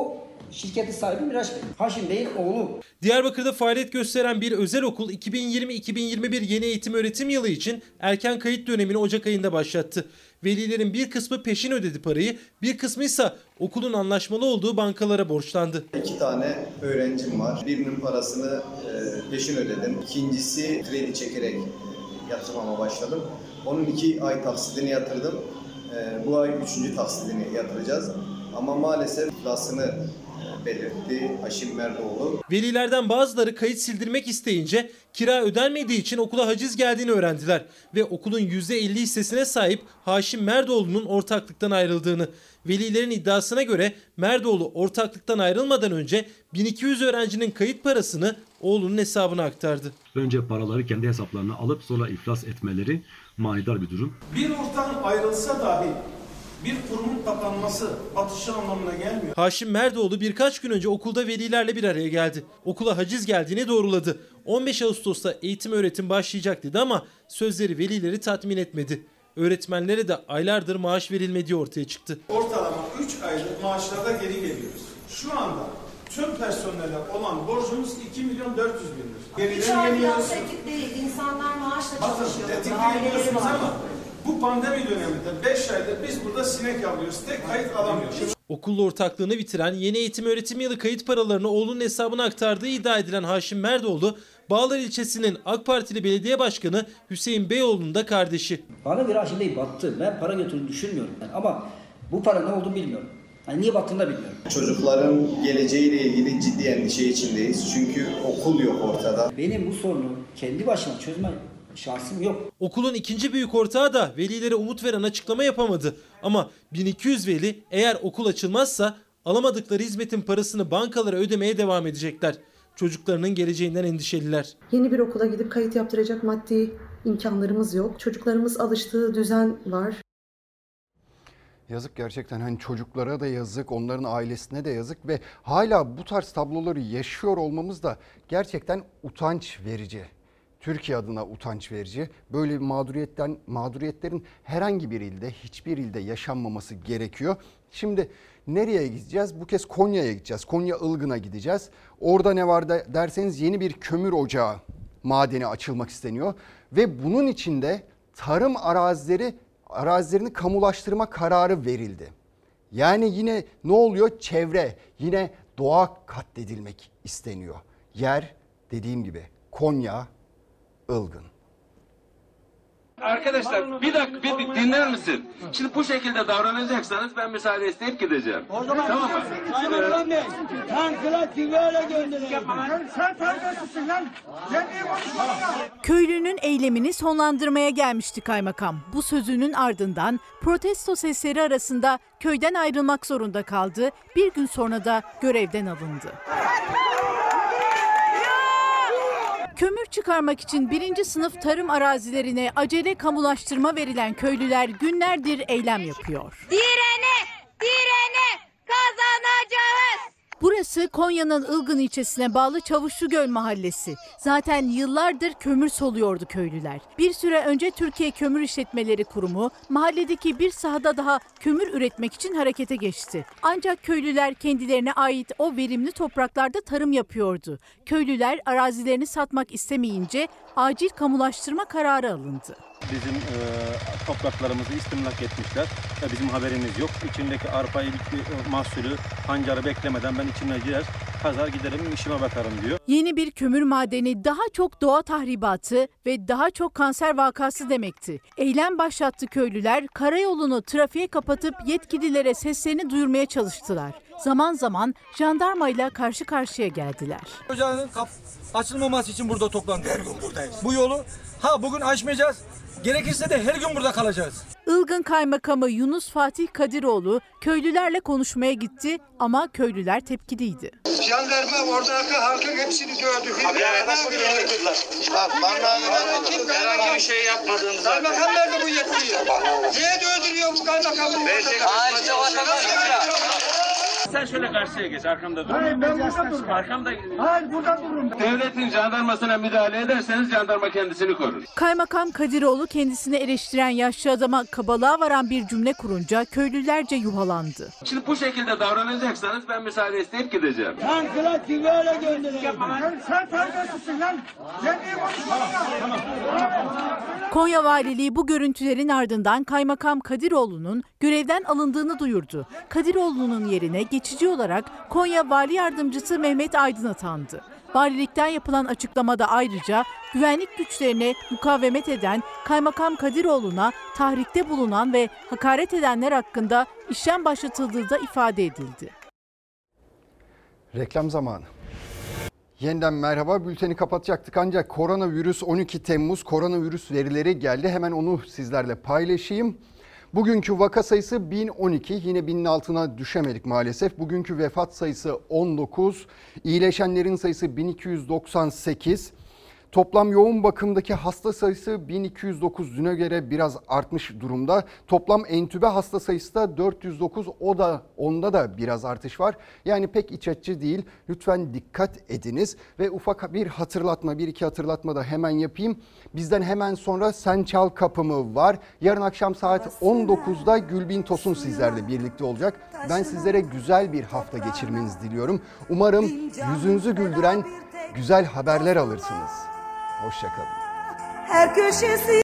Şirketin sahibi Miraç Bey. Haşim Bey'in oğlu. Diyarbakır'da faaliyet gösteren bir özel okul 2020-2021 yeni eğitim öğretim yılı için erken kayıt dönemini Ocak ayında başlattı. Velilerin bir kısmı peşin ödedi parayı, bir kısmı ise okulun anlaşmalı olduğu bankalara borçlandı. 2 tane öğrencim var. Birinin parasını peşin ödedim. İkincisi kredi çekerek yatırmama başladım. Onun 2 ay taksidini yatırdım. Bu ay 3. taksidini yatıracağız. Ama maalesef iflasını belirtti Haşim Merdoğlu. Velilerden bazıları kayıt sildirmek isteyince kira ödenmediği için okula haciz geldiğini öğrendiler ve okulun %50 hissesine sahip Haşim Merdoğlu'nun ortaklıktan ayrıldığını. Velilerin iddiasına göre Merdoğlu ortaklıktan ayrılmadan önce 1200 öğrencinin kayıt parasını oğlunun hesabına aktardı. Önce paraları kendi hesaplarına alıp sonra iflas etmeleri manidar bir durum. Bir ortam ayrılsa dahi bir kurumun kapanması, batışı anlamına gelmiyor. Haşim Merdoğlu birkaç gün önce okulda velilerle bir araya geldi. Okula haciz geldiğini doğruladı. 15 Ağustos'ta eğitim öğretim başlayacak dedi ama sözleri velileri tatmin etmedi. Öğretmenlere de aylardır maaş verilmediği ortaya çıktı. Ortalama 3 aylık maaşlarda geri geliyoruz. Şu anda tüm personele olan borcumuz 2.400.000 lira. 3 aylık teklif değil, insanlar maaşla çalışıyor. Teklif ama bu pandemi döneminde 5 aydır biz burada sinek alıyoruz. Tek kayıt alamıyoruz. Okulla ortaklığını bitiren yeni eğitim öğretim yılı kayıt paralarını oğlunun hesabına aktardığı iddia edilen Haşim Merdoğlu, Bağlar ilçesinin AK Partili belediye başkanı Hüseyin Beyoğlu'nun da kardeşi. Bana göre Haşim Bey battı. Ben para götürdüğünü düşünmüyorum. Ama bu para ne olduğunu bilmiyorum. Yani niye battığını da bilmiyorum. Çocukların geleceğiyle ilgili ciddi endişe içindeyiz. Çünkü okul yok ortada. Benim bu sorunu kendi başıma çözme şansım yok. Okulun ikinci büyük ortağı da velilere umut veren açıklama yapamadı. Ama 1200 veli eğer okul açılmazsa alamadıkları hizmetin parasını bankalara ödemeye devam edecekler. Çocuklarının geleceğinden endişeliler. Yeni bir okula gidip kayıt yaptıracak maddi imkanlarımız yok. Çocuklarımız alıştığı düzen var. Yazık gerçekten, hani çocuklara da yazık, onların ailesine de yazık ve hala bu tarz tabloları yaşıyor olmamız da gerçekten utanç verici. Türkiye adına utanç verici. Böyle mağduriyetlerin herhangi bir ilde, hiçbir ilde yaşanmaması gerekiyor. Şimdi nereye gideceğiz? Bu kez Konya'ya gideceğiz. Konya Ilgın'a gideceğiz. Orada ne var derseniz yeni bir kömür ocağı madeni açılmak isteniyor. Ve bunun içinde tarım arazilerini kamulaştırma kararı verildi. Yani yine ne oluyor? Çevre, yine doğa katledilmek isteniyor. Yer dediğim gibi Konya Ilgın. Arkadaşlar bir dakika bir dinler misin? Şimdi bu şekilde davranacaksanız ben müsaade isteyip gideceğim. O zaman tamam mı? Sayın Bey, tankla TV'yle gönderelim. Sen terbiyesizsin lan. Sen niye konuşuyorsun? Köylünün eylemini sonlandırmaya gelmişti kaymakam. Bu sözünün ardından protesto sesleri arasında köyden ayrılmak zorunda kaldı. Bir gün sonra da görevden alındı. Kömür çıkarmak için 1. sınıf tarım arazilerine acele kamulaştırma verilen köylüler günlerdir eylem yapıyor. Direne kazanacağız. Burası Konya'nın Ilgın ilçesine bağlı Çavuşlugöl mahallesi. Zaten yıllardır kömür soluyordu köylüler. Bir süre önce Türkiye Kömür İşletmeleri Kurumu mahalledeki bir sahada daha kömür üretmek için harekete geçti. Ancak köylüler kendilerine ait o verimli topraklarda tarım yapıyordu. Köylüler arazilerini satmak istemeyince acil kamulaştırma kararı alındı. Bizim topraklarımızı istimlak etmişler ve bizim haberimiz yok. İçindeki arpa mahsulü, pancarı beklemeden ben içine girer, kazar giderim, işime bakarım diyor. Yeni bir kömür madeni daha çok doğa tahribatı ve daha çok kanser vakası demekti. Eylem başlattı köylüler, karayolunu trafiğe kapatıp yetkililere seslerini duyurmaya çalıştılar. Zaman zaman jandarmayla karşı karşıya geldiler. Ocağının açılmaması için burada toplandık. Her gün buradayız. Bu yolu bugün açmayacağız. Gerekirse de her gün burada kalacağız. Ilgın Kaymakamı Yunus Fatih Kadiroğlu köylülerle konuşmaya gitti ama köylüler tepkiliydi. Jandarma oradaki halkın hepsini dövdü. Herhangi bir şey yapmadığımız Kaymakam nerede bu yetkiyi? Niye dövdürüyor bu kaymakamı? Sen şöyle karşıya geç, arkamda dur. Hayır, ben burada dururum. Arkamda. Hayır, burada dururum. Devletin jandarmasına müdahale ederseniz jandarma kendisini korur. Kaymakam Kadiroğlu kendisini eleştiren yaşlı adama kabalığa varan bir cümle kurunca köylülerce yuhalandı. Şimdi bu şekilde davranacaksanız ben müsaade isteyip gideceğim. Tankla tüveyle gönderelim. Sen terbiyesizsin lan. Sen niye konuşuyorsun? Konya Valiliği bu görüntülerin ardından Kaymakam Kadiroğlu'nun görevden alındığını duyurdu. Kadiroğlu'nun yerine geçici olarak Konya Vali Yardımcısı Mehmet Aydın atandı. Valilikten yapılan açıklamada ayrıca güvenlik güçlerine mukavemet eden Kaymakam Kadiroğlu'na tahrikte bulunan ve hakaret edenler hakkında işlem başlatıldığı da ifade edildi. Reklam zamanı. Yeniden merhaba. Bülteni kapatacaktık ancak koronavirüs 12 Temmuz koronavirüs verileri geldi. Hemen onu sizlerle paylaşayım. Bugünkü vaka sayısı 1012. Yine 1000'in altına düşemedik maalesef. Bugünkü vefat sayısı 19. İyileşenlerin sayısı 1298. Toplam yoğun bakımdaki hasta sayısı 1209, düne göre biraz artmış durumda. Toplam entübe hasta sayısı da 409, onda da biraz artış var. Yani pek iç açıcı değil. Lütfen dikkat ediniz ve ufak bir hatırlatma, bir iki hatırlatma da hemen yapayım. Bizden hemen sonra Sen Çal Kapımı var. Yarın akşam saat 19'da Gülbin Tosun sizlerle birlikte olacak. Ben sizlere güzel bir hafta geçirmenizi diliyorum. Umarım yüzünüzü güldüren güzel haberler alırsınız. Hoşça kalın. Her köşesi